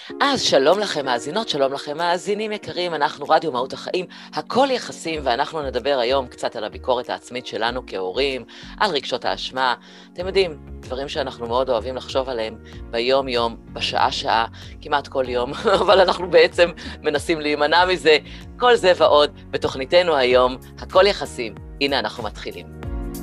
אז שלום לכם מאזינות, שלום לכם מאזינים יקרים, אנחנו רדיו מהות החיים, הכל יחסים, ואנחנו נדבר היום קצת על הביקורת העצמית שלנו כהורים, על רגשות האשמה, אתם יודעים, דברים שאנחנו מאוד אוהבים לחשוב עליהם ביום יום, בשעה שעה, כמעט כל יום, אבל אנחנו בעצם מנסים להימנע מזה, כל זה ועוד בתוכניתנו היום, הכל יחסים, הנה אנחנו מתחילים.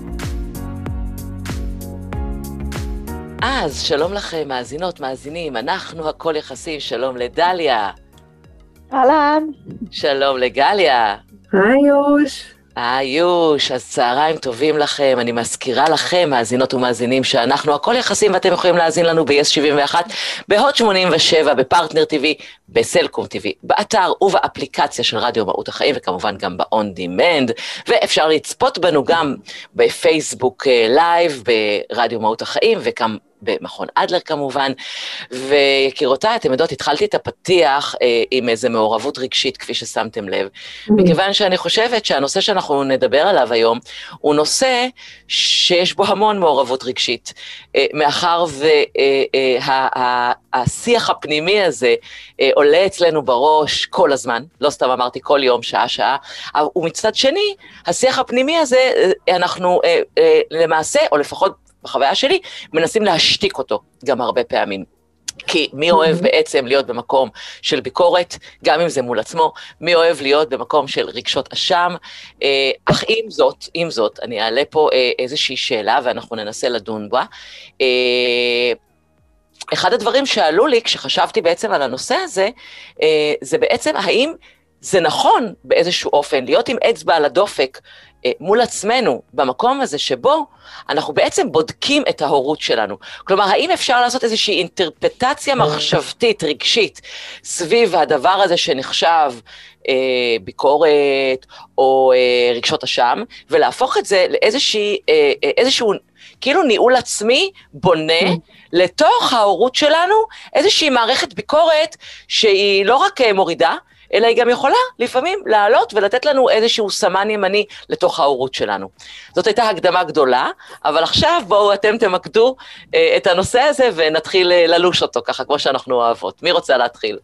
אז שלום לכם, מאזינות, מאזינים, אנחנו הכל יחסים, שלום לדליה. אהלן. שלום לגליה. היי יוש. יוש, אז צהריים טובים לכם, אני מזכירה לכם, מאזינות ומאזינים, שאנחנו הכל יחסים ואתם יכולים להאזין לנו ב-yes 71, בהוט 87, בפרטנר TV, בסלקום TV, באתר ובאפליקציה של רדיו מהות החיים, וכמובן גם ב-on demand, ואפשר לצפות בנו גם בפייסבוק לייב, ברדיו מהות החיים, וגם במכון אדלר כמובן, ויקירותיי, אתם יודעות, התחלתי את הפתיח עם איזו מעורבות רגשית, כפי ששמתם לב, מכיוון שאני חושבת שהנושא שאנחנו נדבר עליו היום, הוא נושא שיש בו המון מעורבות רגשית, מאחר והשיח הפנימי הזה עולה אצלנו בראש כל הזמן, לא סתם אמרתי כל יום, שעה, ומצד שני, השיח הפנימי הזה, אנחנו למעשה, או לפחות בחוויה שלי, מנסים להשתיק אותו גם הרבה פעמים. כי מי אוהב בעצם להיות במקום של ביקורת, גם אם זה מול עצמו, מי אוהב להיות במקום של רגשות אשם, אך עם זאת, אני אעלה פה איזושהי שאלה, ואנחנו ננסה לדון בה. אחד הדברים שעלו לי, כשחשבתי בעצם על הנושא הזה, זה בעצם האם זה נכון באיזשהו אופן, להיות עם אצבע על הדופק, מול עצמנו, במקום הזה שבו אנחנו בעצם בודקים את ההורות שלנו. כלומר, האם אפשר לעשות איזושהי אינטרפטציה מחשבתית, רגשית, סביב הדבר הזה שנחשב ביקורת או רגשות אשם, ולהפוך את זה לאיזשהו כאילו ניהול עצמי בונה לתוך ההורות שלנו, איזושהי מערכת ביקורת שהיא לא רק מורידה, אלא היא גם יכולה לפעמים לעלות ולתת לנו איזשהו סמן ימני לתוך ההורות שלנו. זאת הייתה הקדמה גדולה, אבל עכשיו בואו אתם תמקדו את הנושא הזה ונתחיל ללוש אותו ככה כמו שאנחנו אוהבות. מי רוצה להתחיל?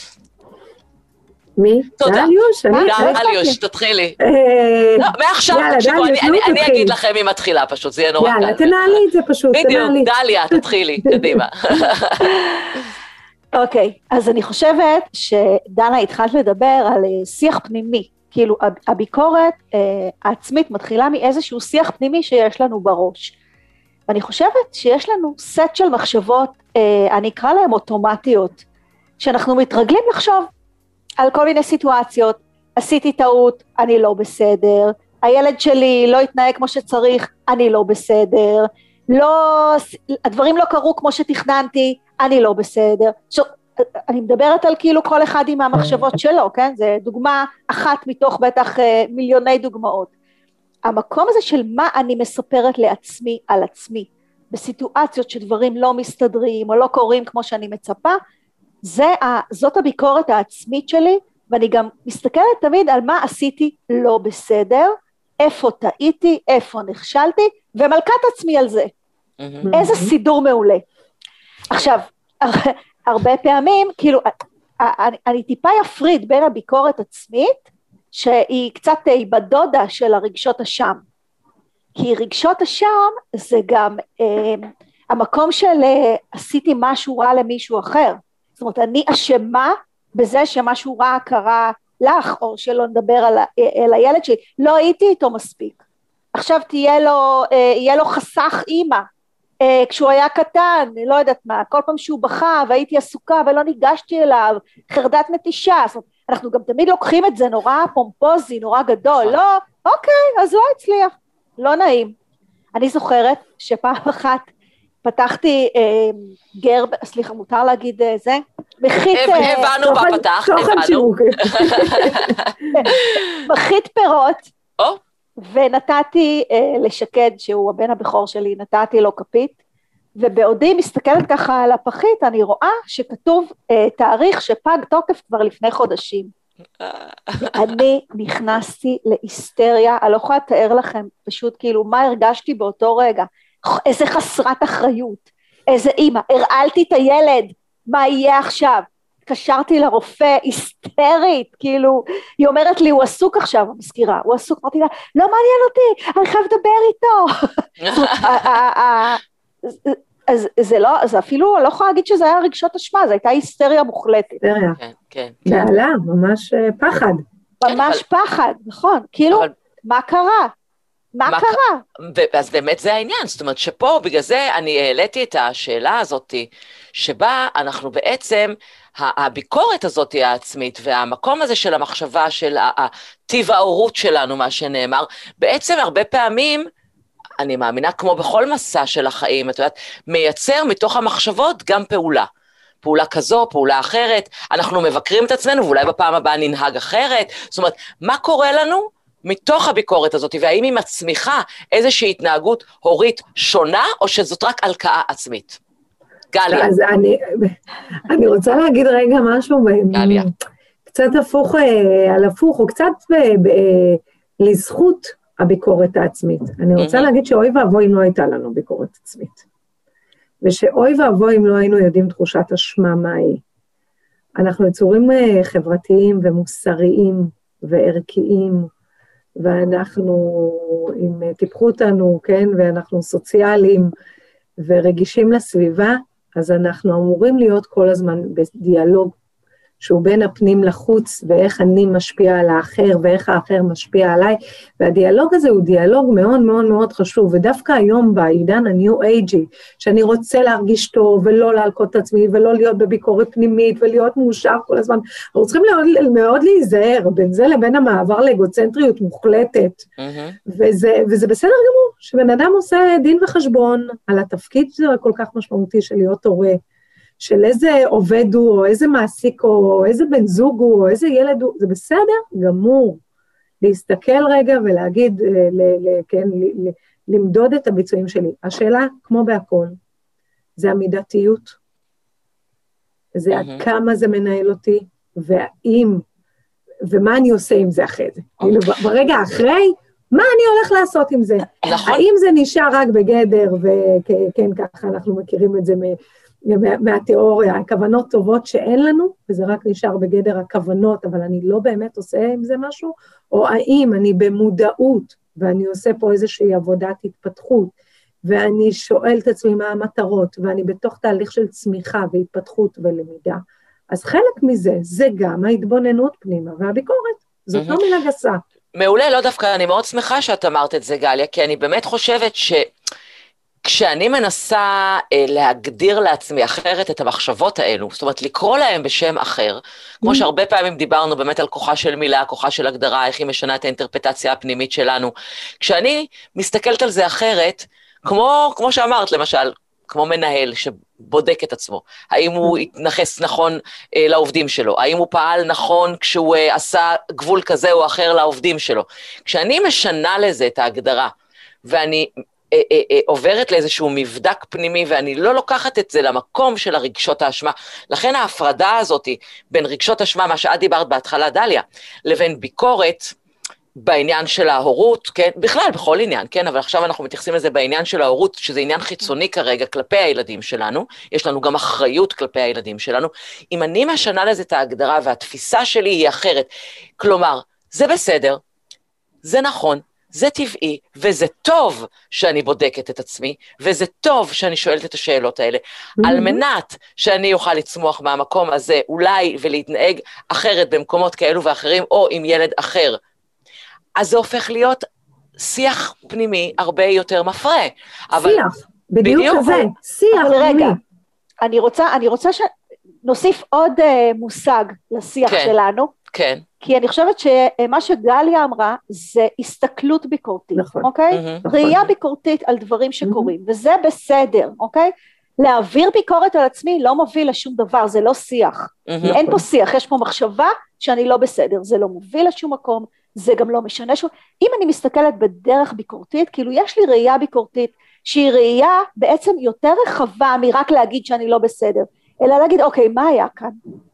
מי? תודה. אליוש, תתחילי. מעכשיו, תקשיבו, אני אגיד לכם מי מתחילה פשוט, זה יהיה נורא קל. יאללה, תנהלי את זה פשוט, בדיוק, דליה, תתחילי, קדימה. אוקיי, אז אני חושבת שדנה התחלת לדבר על שיח פנימי, כאילו הביקורת העצמית מתחילה מאיזשהו שיח פנימי שיש לנו בראש, ואני חושבת שיש לנו סט של מחשבות, אני אקרא להם אוטומטיות, שאנחנו מתרגלים לחשוב על כל מיני סיטואציות, עשיתי טעות, אני לא בסדר, הילד שלי לא התנהג כמו שצריך, אני לא בסדר, הדברים לא קרו כמו שתכננתי, אני לא בסדר. אני מדברת על כאילו כל אחד עם המחשבות שלו, כן? זה דוגמה אחת מתוך בטח מיליוני דוגמאות. המקום הזה של מה אני מספרת לעצמי על עצמי, בסיטואציות שדברים לא מסתדרים או לא קורים כמו שאני מצפה, זאת הביקורת העצמית שלי, ואני גם מסתכלת תמיד על מה עשיתי לא בסדר, איפה טעיתי, איפה נכשלתי, ומלכת עצמי על זה. איזה סידור מעולה. עכשיו, הרבה פעמים, כאילו, אני טיפה יפריד בין הביקורת עצמית, שהיא קצת בדודה של הרגשות אשם. כי רגשות אשם זה גם המקום של עשיתי משהו רע למישהו אחר. זאת אומרת, אני אשמה בזה שמשהו רע קרה לך, או שלא נדבר על הילד שלי, לא הייתי איתו מספיק. עכשיו יהיה לו חסך אימא, כשהוא היה קטן, לא יודעת מה, כל פעם שהוא בכה והייתי עסוקה ולא ניגשתי אליו, חרדת נטישה, זאת אומרת, אנחנו גם תמיד לוקחים את זה נורא פומפוזי, נורא גדול, לא, אוקיי, אז לא הצליח, לא נעים. אני זוכרת שפעם אחת פתחתי סליחה, מותר להגיד זה? הבנו בפתח, הבנו. מחית פירות, ונתתי לשקד, שהוא הבן הבכור שלי, נתתי לו כפית, ובעודי מסתכלת ככה על הפחית, אני רואה שכתוב תאריך שפג תוקף כבר לפני חודשים. אני נכנסתי להיסטריה, אני לא יכולה לתאר לכם פשוט כאילו מה הרגשתי באותו רגע, איזה חסרת אחריות, איזה אימא, הרעלתי את הילד, מה יהיה עכשיו? התקשרתי לרופא, היסטרית, כאילו, היא אומרת לי, הוא עסוק עכשיו, המזכירה, הוא עסוק, אמרתי לה, לא מעניין אותי, אני חייב לדבר איתו. אז זה לא, אז אפילו לא יכולה להגיד שזה היה רגשות אשמה, זו הייתה היסטריה מוחלטת. כן, כן. בעלה, ממש פחד. ממש פחד, נכון, כאילו, מה קרה? מה קרה? אז באמת זה העניין, זאת אומרת שפה, בגלל זה אני העליתי את השאלה הזאת, שבה אנחנו בעצם, הביקורת הזאת העצמית, והמקום הזה של המחשבה, של טיב ההורות שלנו, מה שנאמר, בעצם הרבה פעמים, אני מאמינה כמו בכל מסע של החיים, את יודעת, מייצר מתוך המחשבות גם פעולה. פעולה כזו, פעולה אחרת, אנחנו מבקרים את עצמנו, ואולי בפעם הבאה ננהג אחרת, זאת אומרת, מה קורה לנו מתוך הביקורת הזאת, והאם היא מצמיחה איזושהי התנהגות הורית שונה, או שזאת רק הלקאה עצמית? גליה. אז אני רוצה להגיד רגע משהו, גליה. קצת הפוך על הפוך, או קצת לזכות הביקורת העצמית. אני רוצה להגיד שאוי ואבוי אם לא הייתה לנו ביקורת עצמית. ושאוי ואבוי אם לא היינו יודעים תחושת אשמה מהי. אנחנו יצורים חברתיים ומוסריים וערכיים, ואנחנו, אם טיפחו אותנו, כן, ואנחנו סוציאליים ורגישים לסביבה, אז אנחנו אמורים להיות כל הזמן בדיאלוג שהוא בין הפנים לחוץ, ואיך אני משפיע על האחר, ואיך האחר משפיע עליי, והדיאלוג הזה הוא דיאלוג מאוד מאוד מאוד חשוב, ודווקא היום בעידן הניו אייג'י, שאני רוצה להרגיש טוב, ולא להלקות את עצמי, ולא להיות בביקורת פנימית, ולהיות מאושר כל הזמן, אנחנו צריכים מאוד להיזהר, בין זה לבין המעבר לאגוצנטריות מוחלטת, וזה בסדר גמור, שבן אדם עושה דין וחשבון, על התפקיד כל כך משמעותי של להיות הורה, של איזה עובד הוא, או איזה מעסיק הוא, או איזה בן זוג הוא, או איזה ילד הוא, זה בסדר גמור, להסתכל רגע ולהגיד, כן, למדוד את הביצועים שלי. השאלה, כמו בהכל, זה המידתיות, זה עד כמה זה מנהל אותי, והאם, ומה אני עושה עם זה אחרי זה. ברגע אחרי, מה אני הולך לעשות עם זה? האם זה נשאר רק בגדר, וכן, ככה אנחנו מכירים את זה מהתיאוריה, הכוונות טובות שאין לנו, וזה רק נשאר בגדר הכוונות, אבל אני לא באמת עושה עם זה משהו, או האם אני במודעות, ואני עושה פה איזושהי עבודת התפתחות, ואני שואל את עצמי מה המטרות, ואני בתוך תהליך של צמיחה והתפתחות ולמידה, אז חלק מזה, זה גם ההתבוננות פנימה, והביקורת, זאת לא מילה גסה. מעולה, לא דווקא, אני מאוד שמחה שאת אמרת את זה, גליה, כי אני באמת חושבת כשאני מנסה להגדיר לעצמי אחרת את המחשבות האלו, זאת אומרת, לקרוא להם בשם אחר, כמו שהרבה פעמים דיברנו באמת על כוחה של מילה, כוחה של הגדרה, איך היא משנה את האינטרפטציה הפנימית שלנו, כשאני מסתכלת על זה אחרת, כמו שאמרת, למשל, כמו מנהל שבודק את עצמו, האם הוא התנחס נכון לעובדים שלו, האם הוא פעל נכון כשהוא עשה גבול כזה או אחר לעובדים שלו, כשאני משנה לזה את ההגדרה, ואני עוברת לאיזשהו מבדק פנימי, ואני לא לוקחת את זה למקום של הרגשות האשמה. לכן ההפרדה הזאת בין רגשות אשמה, מה שאת דיברת בהתחלה, דליה, לבין ביקורת בעניין של ההורות, כן? בכלל, בכל עניין, כן? אבל עכשיו אנחנו מתייחסים לזה בעניין של ההורות, שזה עניין חיצוני כרגע כלפי הילדים שלנו, יש לנו גם אחריות כלפי הילדים שלנו. אם אני משנה לזה את ההגדרה, והתפיסה שלי היא אחרת, כלומר, זה בסדר, זה נכון, זה טבעי, וזה טוב שאני בודקת את עצמי, וזה טוב שאני שואלת את השאלות האלה, על מנת שאני אוכל לצמוח מהמקום הזה, אולי ולהתנהג אחרת במקומות כאלו ואחרים, או עם ילד אחר. אז זה הופך להיות שיח פנימי הרבה יותר מפרה. שיח, בדיוק כזה, שיח פנימי. אני רוצה שנוסיף עוד מושג לשיח שלנו, כן. כי אני חושבת שמה שגליה אמרה, זה הסתכלות ביקורתית, אוקיי? ראייה ביקורתית על דברים שקורים, וזה בסדר, אוקיי? להעביר ביקורת על עצמי לא מוביל לשום דבר, זה לא שיח. אין פה שיח, יש פה מחשבה שאני לא בסדר, זה לא מוביל לשום מקום, זה גם לא משנה שום. אם אני מסתכלת בדרך ביקורתית, כאילו יש לי ראייה ביקורתית, שהיא ראייה בעצם יותר רחבה מרק להגיד שאני לא בסדר, אלא להגיד, אוקיי, מה היה כאן?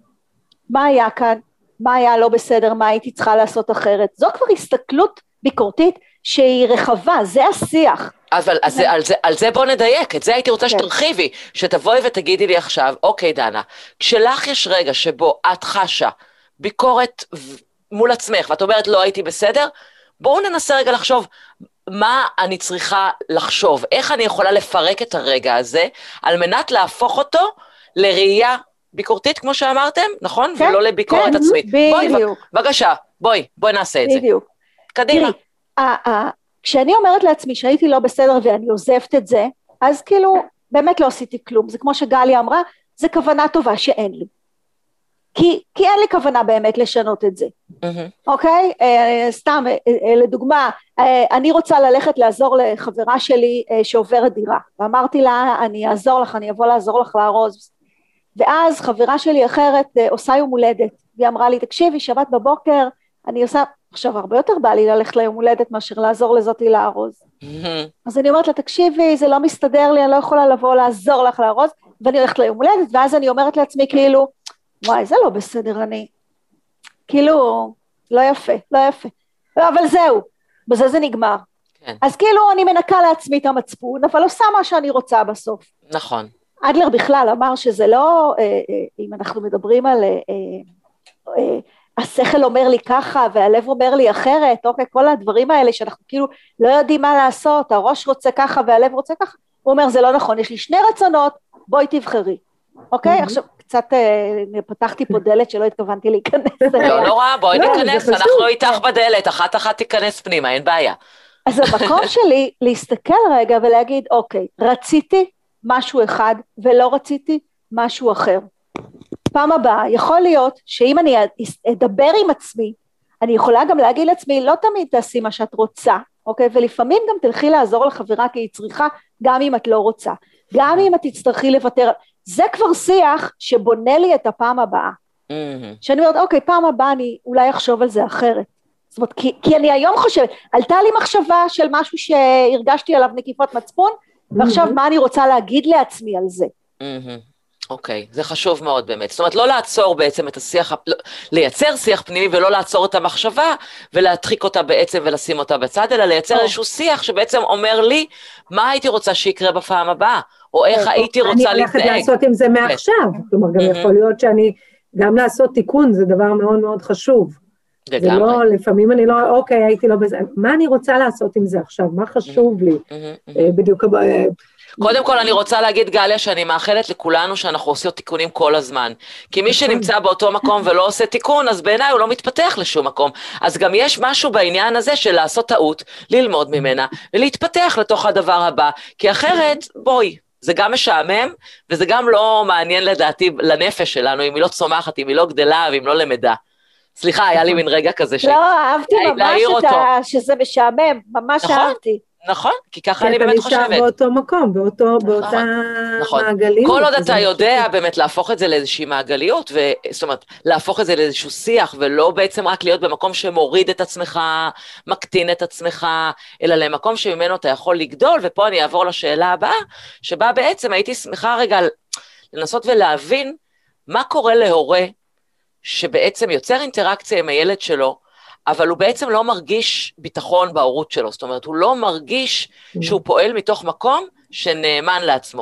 מה היה כאן? מה היה לא בסדר, מה הייתי צריכה לעשות אחרת? זו כבר הסתכלות ביקורתית שהיא רחבה, זה השיח. אבל על זה בוא נדייק, את זה הייתי רוצה שתרחיבי, שתבואי ותגידי לי עכשיו, אוקיי דנה, כשלך יש רגע שבו את חשה ביקורת מול עצמך, ואת אומרת לא הייתי בסדר, בואו ננסה רגע לחשוב מה אני צריכה לחשוב, איך אני יכולה לפרק את הרגע הזה, על מנת להפוך אותו לראייה ביקורתית, כמו שאמרתם, נכון? כן, ולא לביקורת כן, עצמית. בדיוק. בבקשה, בואי נעשה את זה. בדיוק. קדימה. תראי, כשאני אומרת לעצמי שהייתי לא בסדר ואני עוזבת את זה, אז כאילו באמת לא עשיתי כלום, זה כמו שגליה אמרה, זה כוונה טובה שאין לי. כי אין לי כוונה באמת לשנות את זה, אוקיי? סתם, לדוגמה, אני רוצה ללכת לעזור לחברה שלי שעוברת דירה, ואמרתי לה, אני אעזור לך, אני אבוא לעזור לך לארוז, ואז חברה שלי אחרת עושה יום הולדת, והיא אמרה לי, תקשיבי, שבת בבוקר, אני עושה, עכשיו הרבה יותר בא לי ללכת ליום הולדת, מאשר לעזור לזאתי לארוז, אז אני אומרת לה, תקשיבי, זה לא מסתדר לי, אני לא יכולה לבוא לעזור לך לארוז, ואני הולכת ליום הולדת, ואז אני אומרת לעצמי כאילו, וואי, זה לא בסדר, אני, כאילו, לא יפה, אבל זהו, בזה זה נגמר. כן. אז כאילו אני מנקה לעצמי את המצפון, אבל עושה מה שאני רוצה בסוף. נכון. אדלר בכלל אמר שזה לא, אם אנחנו מדברים על, השכל אומר לי ככה, והלב אומר לי אחרת, אוקיי, כל הדברים האלה שאנחנו כאילו לא יודעים מה לעשות, הראש רוצה ככה והלב רוצה ככה, הוא אומר, זה לא נכון, יש לי שני רצונות, בואי תבחרי. אוקיי, עכשיו קצת פתחתי פה דלת שלא התכוונתי להיכנס. לא נורא, בואי ניכנס, אנחנו איתך בדלת, אחת תיכנס פנימה, אין בעיה. אז המקום שלי להסתכל רגע ולהגיד, אוקיי, רציתי משהו אחד ולא רציתי משהו אחר. פעם הבאה, יכול להיות שאם אני אדבר עם עצמי, אני יכולה גם להגיד לעצמי, לא תמיד תעשי מה שאת רוצה, אוקיי? ולפעמים גם תלכי לעזור לחברה כי היא צריכה, גם אם את לא רוצה. גם אם את תצטרכי לוותר, זה כבר שיח שבונה לי את הפעם הבאה. שאני אומרת, אוקיי, פעם הבאה אני אולי אחשוב על זה אחרת. זאת אומרת, כי אני היום חושבת, עלתה לי מחשבה של משהו שהרגשתי עליו נקיפות מצפון, ועכשיו מה אני רוצה להגיד לעצמי על זה. אוקיי, זה חשוב מאוד באמת. זאת אומרת, לא לעצור בעצם את השיח, לייצר שיח פנימי ולא לעצור את המחשבה, ולהדחיק אותה בעצם ולשים אותה בצד, אלא לייצר איזשהו שיח שבעצם אומר לי, מה הייתי רוצה שיקרה בפעם הבאה, או איך הייתי רוצה להתנהג. אני הולכת לעשות עם זה מעכשיו, כלומר, גם יכול להיות שאני, גם לעשות תיקון זה דבר מאוד מאוד חשוב. זה לא, לפעמים אני לא, אוקיי, הייתי לא בזה, מה אני רוצה לעשות עם זה עכשיו, מה חשוב לי, בדיוק, קודם כל אני רוצה להגיד גליה שאני מאחלת לכולנו שאנחנו עושים תיקונים כל הזמן, כי מי שנמצא באותו מקום ולא עושה תיקון, אז בעיניי הוא לא מתפתח לשום מקום, אז גם יש משהו בעניין הזה של לעשות טעות, ללמוד ממנה, ולהתפתח לתוך הדבר הבא, כי אחרת, בואי, זה גם משעמם, וזה גם לא מעניין לדעתי לנפש שלנו, אם היא לא צומחת, אם היא לא גדלה, ואם לא למדה. סליחה, היה לי מין רגע כזה לא, אהבתי ממש שזה משעמם, ממש אהבתי. נכון, כי ככה אני באמת חושבת. אתה נשאר באותו מקום, באותה מעגליות. כל עוד אתה יודע באמת להפוך את זה לאיזושהי מעגליות, זאת אומרת, להפוך את זה לאיזשהו שיח, ולא בעצם רק להיות במקום שמוריד את עצמך, מקטין את עצמך, אלא למקום שממנו אתה יכול לגדול, ופה אני אעבור לשאלה הבאה, שבה בעצם הייתי שמחה רגע לנסות ולהבין מה קורה להורה, שבעצם יוצר אינטראקציה עם הילד שלו, אבל הוא בעצם לא מרגיש ביטחון בהורות שלו, זאת אומרת, הוא לא מרגיש שהוא פועל מתוך מקום שנאמן לעצמו.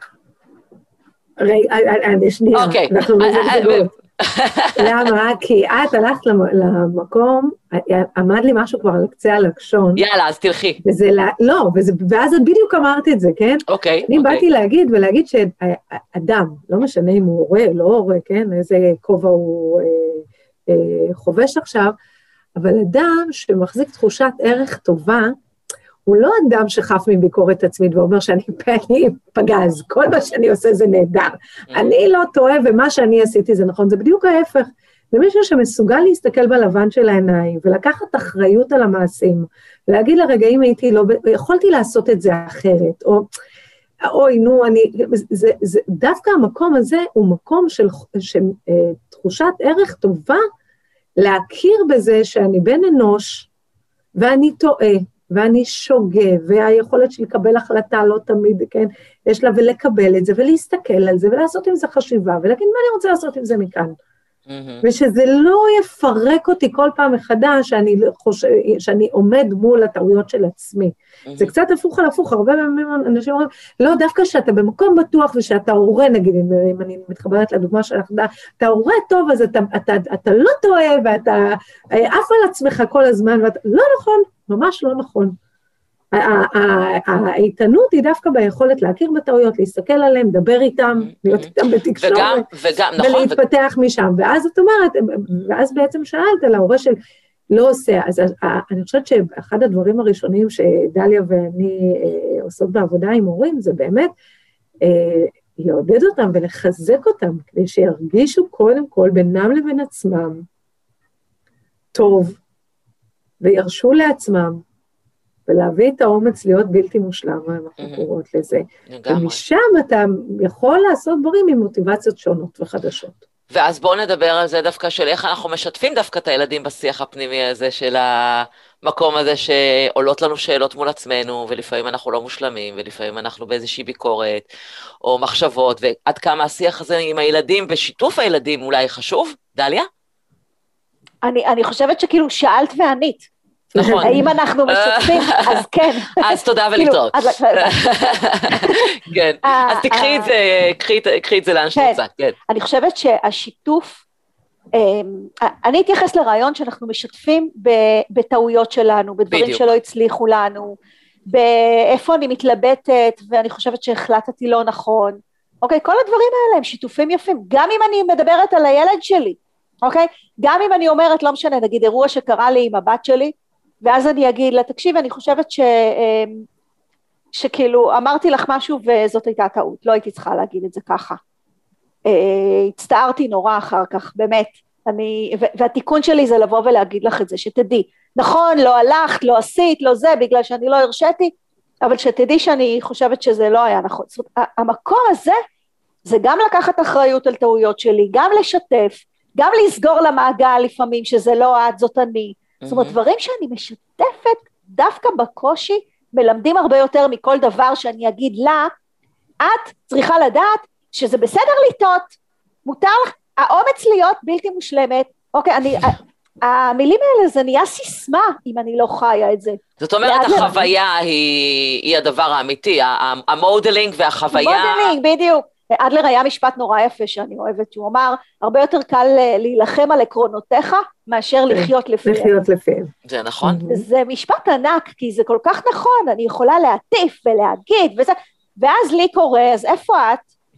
שנייה, אנחנו מזלזלות. למה? כי את הלכת למקום, עמד לי משהו כבר על קצה הלשון. יאללה, אז תלכי. לא, ואז את בדיוק אמרת את זה, כן? אוקיי. אני באתי להגיד שאדם, לא משנה אם הוא הורה, לא הורה, כן? איזה כובע הוא חובש עכשיו, אבל אדם שמחזיק תחושת ערך טובה, הוא לא אדם שחף מביקורת עצמית ואומר שאני פגז, כל מה שאני עושה זה נהדר, אני לא טועה ומה שאני עשיתי זה נכון, זה בדיוק ההפך, זה מישהו שמסוגל להסתכל בלבן של העיניים ולקחת אחריות על המעשים, ולהגיד לרגעים יכולתי לעשות את זה אחרת, או אוי נו, דווקא המקום הזה הוא מקום של תחושת ערך טובה, להכיר בזה שאני בן אנוש, ואני טועה, ואני שוגה, והיכולת של לקבל החלטה לא תמיד, כן, יש לה ולקבל את זה, ולהסתכל על זה, ולעשות עם זה חשיבה, ולהגיד מה אני רוצה לעשות עם זה מכאן. ושזה לא יפרק אותי כל פעם מחדש, שאני עומד מול הטעויות של עצמי. זה קצת הפוך על הפוך, הרבה פעמים אנשים אומרים, לא, דווקא שאתה במקום בטוח, ושאתה הורה, נגיד, אם אני מתחברת לדוגמה שלך, אתה הורה טוב, אז אתה לא טועה, ואתה עף על עצמך כל הזמן, לא נכון, ממש לא נכון. האיתנות היא דווקא ביכולת להכיר בטעויות, להסתכל עליהם, לדבר איתם, להיות איתם בתקשורת, ולהתפתח משם. ואז את אומרת, ואז בעצם שאלת על ההורה של לא עושה, אז אני חושבת שאחד הדברים הראשונים שדליה ואני עושות בעבודה עם הורים, זה באמת לעודד אותם ולחזק אותם, כדי שירגישו קודם כל בינם לבין עצמם טוב, וירשו לעצמם, ולהביא את האומץ להיות בלתי מושלם, אנחנו קוראות לזה. ומשם אתה יכול לעשות דברים עם מוטיבציות שונות וחדשות. ואז בואו נדבר על זה דווקא של איך אנחנו משתפים דווקא את הילדים בשיח הפנימי הזה של המקום הזה שעולות לנו שאלות מול עצמנו, ולפעמים אנחנו לא מושלמים, ולפעמים אנחנו באיזושהי ביקורת, או מחשבות, ועד כמה השיח הזה עם הילדים, בשיתוף הילדים אולי חשוב? דליה? אני חושבת שכאילו שאלת וענית. נכון. האם אנחנו משתפים? אז כן. אז תודה ולהתראות. כן, אז קחי את זה לאן שרוצה. אני חושבת שהשיתוף, אני אתייחס לרעיון שאנחנו משתפים בטעויות שלנו, בדברים שלא הצליחו לנו, באיפה אני מתלבטת, ואני חושבת שהחלטתי לא נכון. אוקיי, כל הדברים האלה הם שיתופים יפים, גם אם אני מדברת על הילד שלי, אוקיי? גם אם אני אומרת, לא משנה, נגיד אירוע שקרה לי עם הבת שלי, ואז אני אגיד לה, תקשיב, אני חושבת שכאילו אמרתי לך משהו וזאת הייתה טעות, לא הייתי צריכה להגיד את זה ככה. הצטערתי נורא אחר כך, באמת. והתיקון שלי זה לבוא ולהגיד לך את זה, שתדעי. נכון, לא הלכת, לא עשית, לא זה, בגלל שאני לא הרשיתי, אבל שתדעי שאני חושבת שזה לא היה נכון. זאת אומרת, המקום הזה, זה גם לקחת אחריות על טעויות שלי, גם לשתף, גם לסגור למעגל לפעמים שזה לא את, זאת אני. זאת אומרת, דברים שאני משתפת דווקא בקושי, מלמדים הרבה יותר מכל דבר שאני אגיד לה, את צריכה לדעת שזה בסדר לטעות, מותר לך, האומץ להיות בלתי מושלמת, אוקיי, המילים האלה זה נהיה סיסמה, אם אני לא חיה את זה. זאת אומרת, החוויה היא הדבר האמיתי, המודלינג והחוויה. מודלינג, בדיוק. אדלר היה משפט נורא יפה שאני אוהבת, שהוא אמר, הרבה יותר קל להילחם על עקרונותיך, מאשר לחיות לפיהם. לחיות לפיהם. זה נכון. זה משפט ענק, כי זה כל כך נכון, אני יכולה להטיף ולהגיד, ואז לי קורה, אז איפה את?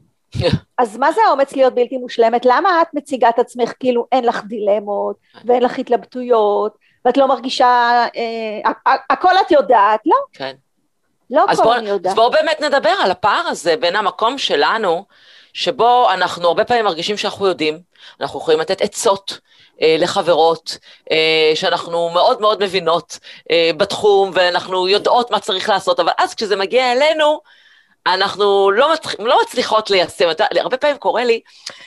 אז מה זה האומץ להיות בלתי מושלמת? למה את מציגה את עצמך כאילו אין לך דילמות, ואין לך התלבטויות, ואת לא מרגישה, הכל את יודעת, לא? כן. לא אז בואו באמת נדבר על הפער הזה בין המקום שלנו, שבו אנחנו הרבה פעמים מרגישים שאנחנו יודעים, אנחנו יכולים לתת עצות לחברות, שאנחנו מאוד מאוד מבינות בתחום, ואנחנו יודעות מה צריך לעשות, אבל אז כשזה מגיע אלינו, אנחנו לא מצליחות ליישם. הרבה פעמים קורה לי,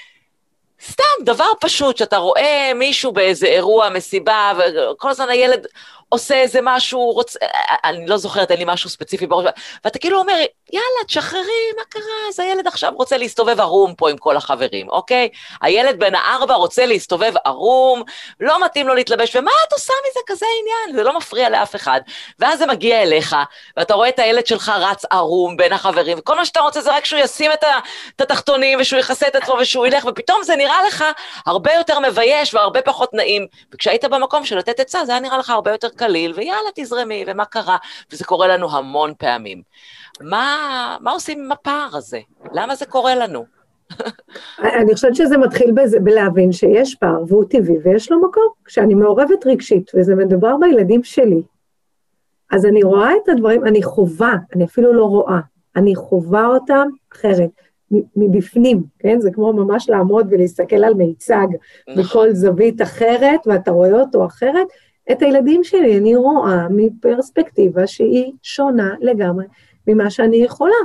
סתם דבר פשוט, שאתה רואה מישהו באיזה אירוע, מסיבה, וכל הזמן הילד עושה איזה משהו, אני לא זוכרת, אין לי משהו ספציפי בראש, ואתה כאילו אומר, יאללה, תשחררי, מה קרה? אז הילד עכשיו רוצה להסתובב ערום פה עם כל החברים, אוקיי? הילד בן 4 רוצה להסתובב ערום, לא מתאים לו להתלבש, ומה את עושה מזה כזה עניין? זה לא מפריע לאף אחד. ואז זה מגיע אליך, ואתה רואה את הילד שלך רץ ערום בין החברים, וכל מה שאתה רוצה זה רק שהוא ישים את התחתונים, ושהוא יכסה את עצמו, ושהוא ילך, ופתאום זה נראה לך הרבה יותר מבייש, והרבה פחות נעים. וכשהיית במקום של לתת עצה, זה היה נראה לך הרבה יותר קליל, ויאללה תזרמי, ומה קרה? וזה קורה לנו המון פעמים. מה עושים עם הפער הזה? למה זה קורה לנו? אני חושבת שזה מתחיל בלהבין שיש פער, והוא טבעי, ויש לו מקום. כשאני מעורבת רגשית, וזה מדובר בילדים שלי, אז אני רואה את הדברים, אני חובה, אני אפילו לא רואה, אני חובה אותם אחרת, מבפנים, כן? זה כמו ממש לעמוד ולהסתכל על מיצג, בכל זווית אחרת, ואתה רואה אותו אחרת, את הילדים שלי אני רואה מפרספקטיבה שהיא שונה לגמרי ממה שאני יכולה.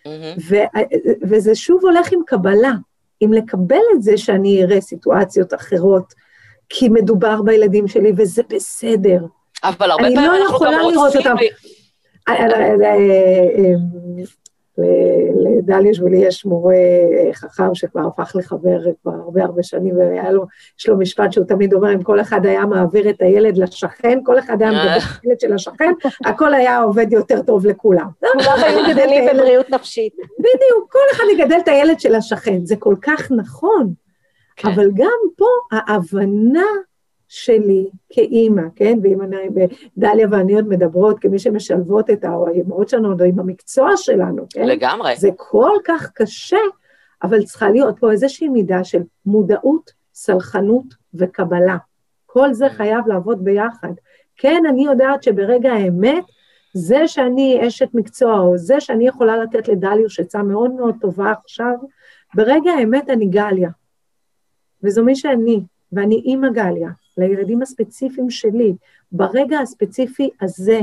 וזה שוב הולך עם קבלה, עם לקבל את זה שאני אראה סיטואציות אחרות, כי מדובר בילדים שלי וזה בסדר. אבל הרבה פעמים אנחנו גם רוצים... לדליה ולי יש מורה חכם שכבר הפך לחבר כבר הרבה שנים, יש לו משפט שהוא תמיד אומר, אם כל אחד היה מעביר את הילד לשכן, כל אחד היה מדבר את הילד של השכן, הכל היה עובד יותר טוב לכולם. כולם היו גדלים בבריאות נפשית. בדיוק, כל אחד יגדל את הילד של השכן, זה כל כך נכון, אבל גם פה ההבנה שלי כאימא, כן, ואם דליה ואני עוד מדברות, כמי שמשלבות את האמהות שלנו, או עם המקצוע שלנו, כן? לגמרי. זה כל כך קשה, אבל צריכה להיות פה איזושהי מידה של מודעות, סלחנות וקבלה. כל זה חייב לעבוד ביחד. כן, אני יודעת שברגע האמת, זה שאני אשת מקצוע, או זה שאני יכולה לתת לדליה, שיצאה מאוד מאוד טובה עכשיו, ברגע האמת אני גליה. וזו מי שאני, ואני אימא גליה. לילדים הספציפיים שלי, ברגע הספציפי הזה,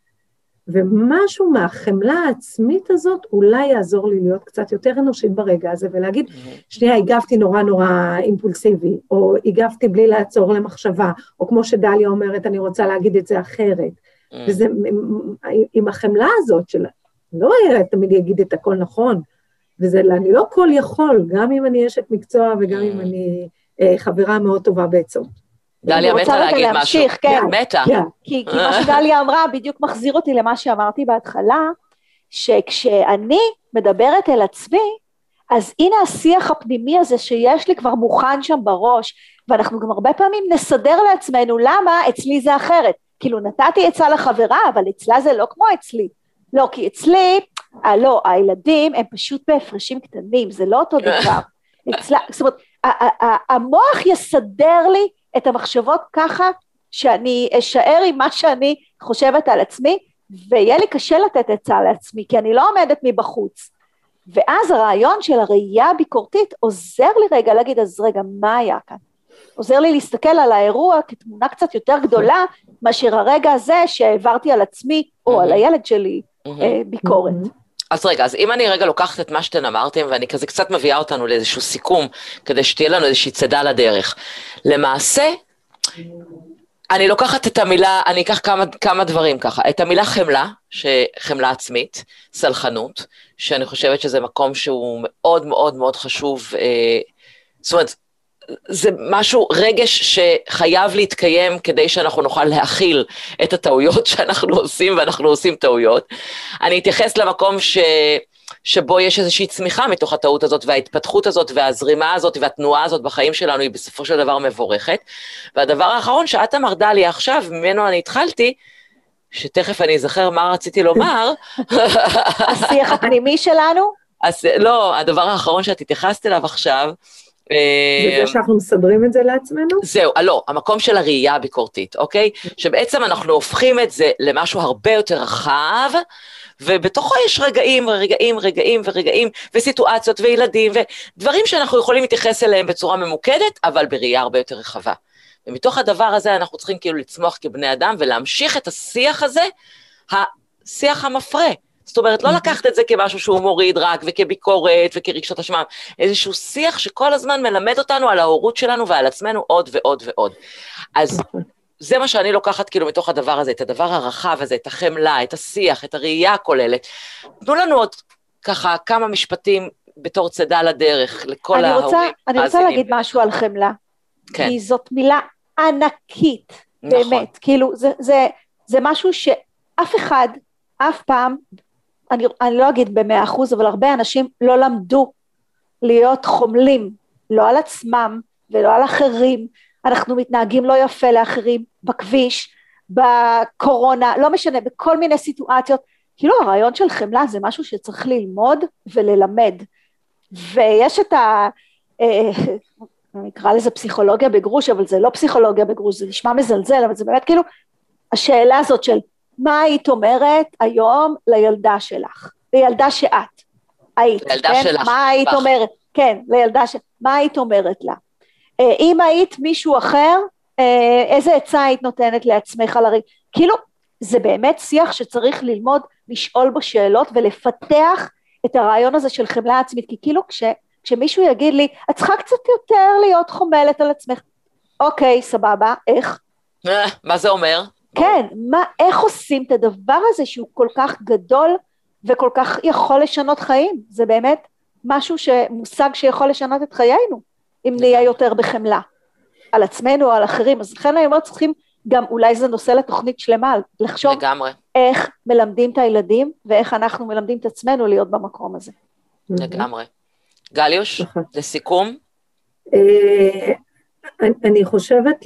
ומשהו מהחמלה העצמית הזאת, אולי יעזור לי להיות קצת יותר אנושית ברגע הזה, ולהגיד, שנייה, הגבתי נורא אימפולסיבי, או הגבתי בלי לעצור למחשבה, או כמו שדליה אומרת, אני רוצה להגיד את זה אחרת, וזה, עם החמלה הזאת, לא תמיד יגיד את הכל נכון, וזה, אני לא כל יכול, גם אם אני אשת מקצוע, וגם אם אני חברה מאוד טובה בעצות. דליה מתה להגיד משהו, כן. מתה. כי מה שדליה אמרה בדיוק מחזיר אותי למה שאמרתי בהתחלה, שכשאני מדברת אל עצמי, אז הנה השיח הפנימי הזה שיש לי כבר מוכן שם בראש, ואנחנו גם הרבה פעמים נסדר לעצמנו, למה אצלי זה אחרת? כאילו נתתי עצה לחברה, אבל אצלה זה לא כמו אצלי. לא, כי אצלי, לא, הילדים הם פשוט בהפרשים קטנים, זה לא אותו דבר. זאת אומרת, המוח יסדר לי את המחשבות ככה, שאני אשאר עם מה שאני חושבת על עצמי, ויהיה לי קשה לתת עצה לעצמי, כי אני לא עומדת מבחוץ. ואז הרעיון של הראייה הביקורתית עוזר לי רגע להגיד, אז רגע, מה היה כאן? עוזר לי להסתכל על האירוע כתמונה קצת יותר גדולה, מאשר הרגע הזה שהעברתי על עצמי, או על הילד שלי, ביקורת. אז רגע, אז אם אני רגע לוקחת את מה שאתן אמרתם, ואני כזה קצת מביאה אותנו לאיזשהו סיכום, כדי שתהיה לנו איזושהי צדה לדרך. למעשה, אני לוקחת את המילה, אני אקח כמה דברים ככה, את המילה חמלה, חמלה עצמית, סלחנות, שאני חושבת שזה מקום שהוא מאוד מאוד מאוד חשוב, זאת אומרת, זה משהו, רגש שחייב להתקיים כדי שאנחנו נוכל להכיל את הטעויות שאנחנו עושים, ואנחנו עושים טעויות. אני אתייחס למקום שבו יש איזושהי צמיחה מתוך הטעות הזאת, וההתפתחות הזאת, והזרימה הזאת, והתנועה הזאת בחיים שלנו, היא בסופו של דבר מבורכת. והדבר האחרון שאת אמרת דליה עכשיו, ממנו אני התחלתי, שתכף אני אזכר מה רציתי לומר. השיח הפנימי שלנו? לא, הדבר האחרון שאת התייחסת אליו עכשיו, וזה שאנחנו מסדרים את זה לעצמנו? זהו, לא, המקום של הראייה הביקורתית, אוקיי? שבעצם אנחנו הופכים את זה למשהו הרבה יותר רחב, ובתוכו יש רגעים, וסיטואציות וילדים, ודברים שאנחנו יכולים להתייחס אליהם בצורה ממוקדת, אבל בראייה הרבה יותר רחבה. ומתוך הדבר הזה אנחנו צריכים כאילו לצמוח כבני אדם, ולהמשיך את השיח הזה, השיח המפרה. זאת אומרת, לא לקחת את זה כמשהו שהוא מוריד רק, וכביקורת, וכרגשות אשמה, איזשהו שיח שכל הזמן מלמד אותנו על ההורות שלנו, ועל עצמנו עוד ועוד ועוד. אז זה מה שאני לוקחת כאילו מתוך הדבר הזה, את הדבר הרחב הזה, את החמלה, את השיח, את הראייה הכוללת. תנו לנו עוד ככה כמה משפטים בתור צדה לדרך, לכל ההורים. אני רוצה להגיד משהו על חמלה, כי זאת מילה ענקית, באמת, כאילו זה משהו שאף אחד, אף פעם, אני לא אגיד ב100%, אבל הרבה אנשים לא למדו להיות חומלים, לא על עצמם ולא על אחרים, אנחנו מתנהגים לא יפה לאחרים, בכביש, בקורונה, לא משנה, בכל מיני סיטואציות, כאילו הרעיון של חמלה זה משהו שצריך ללמוד וללמד, ויש את נקרא לזה פסיכולוגיה בגרוש, אבל זה לא פסיכולוגיה בגרוש, זה נשמע מזלזל, אבל זה באמת כאילו, השאלה הזאת של, מה היית אומרת היום לילדה שלך? לילדה שאת היית, לילדה כן? שלך. מה היית אומרת? כן, לילדה מה היית אומרת לה? אם היית מישהו אחר, איזה עצה היית נותנת לעצמך על הרגע? כאילו, זה באמת שיח שצריך ללמוד, לשאול בו שאלות ולפתח את הרעיון הזה של חמלה עצמית, כי כאילו כשמישהו יגיד לי, את צריכה קצת יותר להיות חומלת על עצמך, אוקיי, סבבה, איך? מה זה אומר? כן, איך עושים את הדבר הזה שהוא כל כך גדול וכל כך יכול לשנות חיים, זה באמת משהו מושג שיכול לשנות את חיינו, אם נהיה יותר בחמלה, על עצמנו או על אחרים, אז לכן אני אומרת, צריכים גם, אולי זה נושא לתוכנית שלמה, לחשוב לגמרי. איך מלמדים את הילדים, ואיך אנחנו מלמדים את עצמנו להיות במקום הזה. לגמרי. גליוש, לסיכום? אני חושבת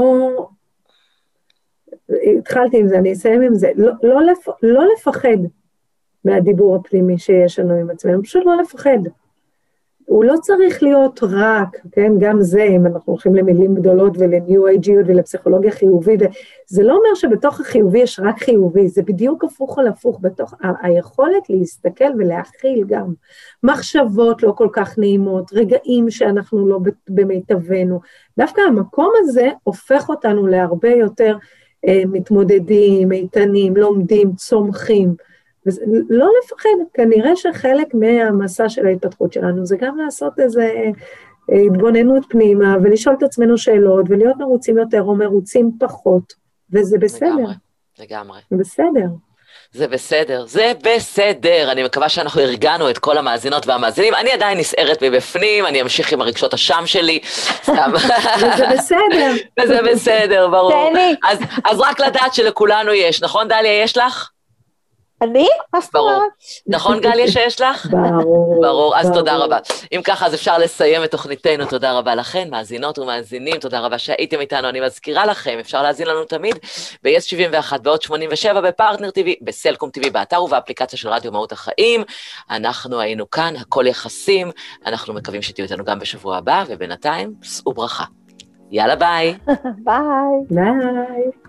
התחלתי עם זה, אני אסיים עם זה, לא לפחד מהדיבור הפנימי שיש לנו עם עצמנו, פשוט לא לפחד. הוא לא צריך להיות רק, כן, גם זה, אם אנחנו הולכים למילים גדולות ולניו אייג'יות ולפסיכולוגיה חיובית, זה לא אומר שבתוך החיובי יש רק חיובי, זה בדיוק הפוך על הפוך, בתוך היכולת להסתכל ולהכיל גם מחשבות לא כל כך נעימות, רגעים שאנחנו לא במיטבנו, דווקא המקום הזה הופך אותנו להרבה יותר מתמודדים, איתנים, לומדים, צומחים, לא לפחד, כנראה שחלק מהמסע של ההתפתחות שלנו, זה גם לעשות איזה התבוננות פנימה, ולשאול את עצמנו שאלות, ולהיות מרוצים יותר או מרוצים פחות, וזה בסדר. לגמרי. בסדר. זה בסדר, זה בסדר, אני מקווה שאנחנו הרגענו את כל המאזינות והמאזינים, אני עדיין נסערת מבפנים, אני אמשיך עם הרגשות השם שלי, סתם. וזה בסדר. וזה בסדר, ברור. אז רק לדעת שלכולנו יש, נכון דליה, יש לך? אני? ברור. נכון גליה שיש לך? ברור. ברור, אז תודה רבה. אם ככה, אז אפשר לסיים את תוכניתנו, תודה רבה לכן, מאזינות ומאזינים, תודה רבה שהייתם איתנו, אני מזכירה לכם, אפשר להאזין לנו תמיד ב-yes71 ועוד 87 בפרטנר TV, בסלקום TV, באתר ובאפליקציה של רדיו מהות החיים, אנחנו היינו כאן, הכל יחסים, אנחנו מקווים שתהיו איתנו גם בשבוע הבא, ובינתיים, שאו ברכה. יאללה ביי. ביי. ביי.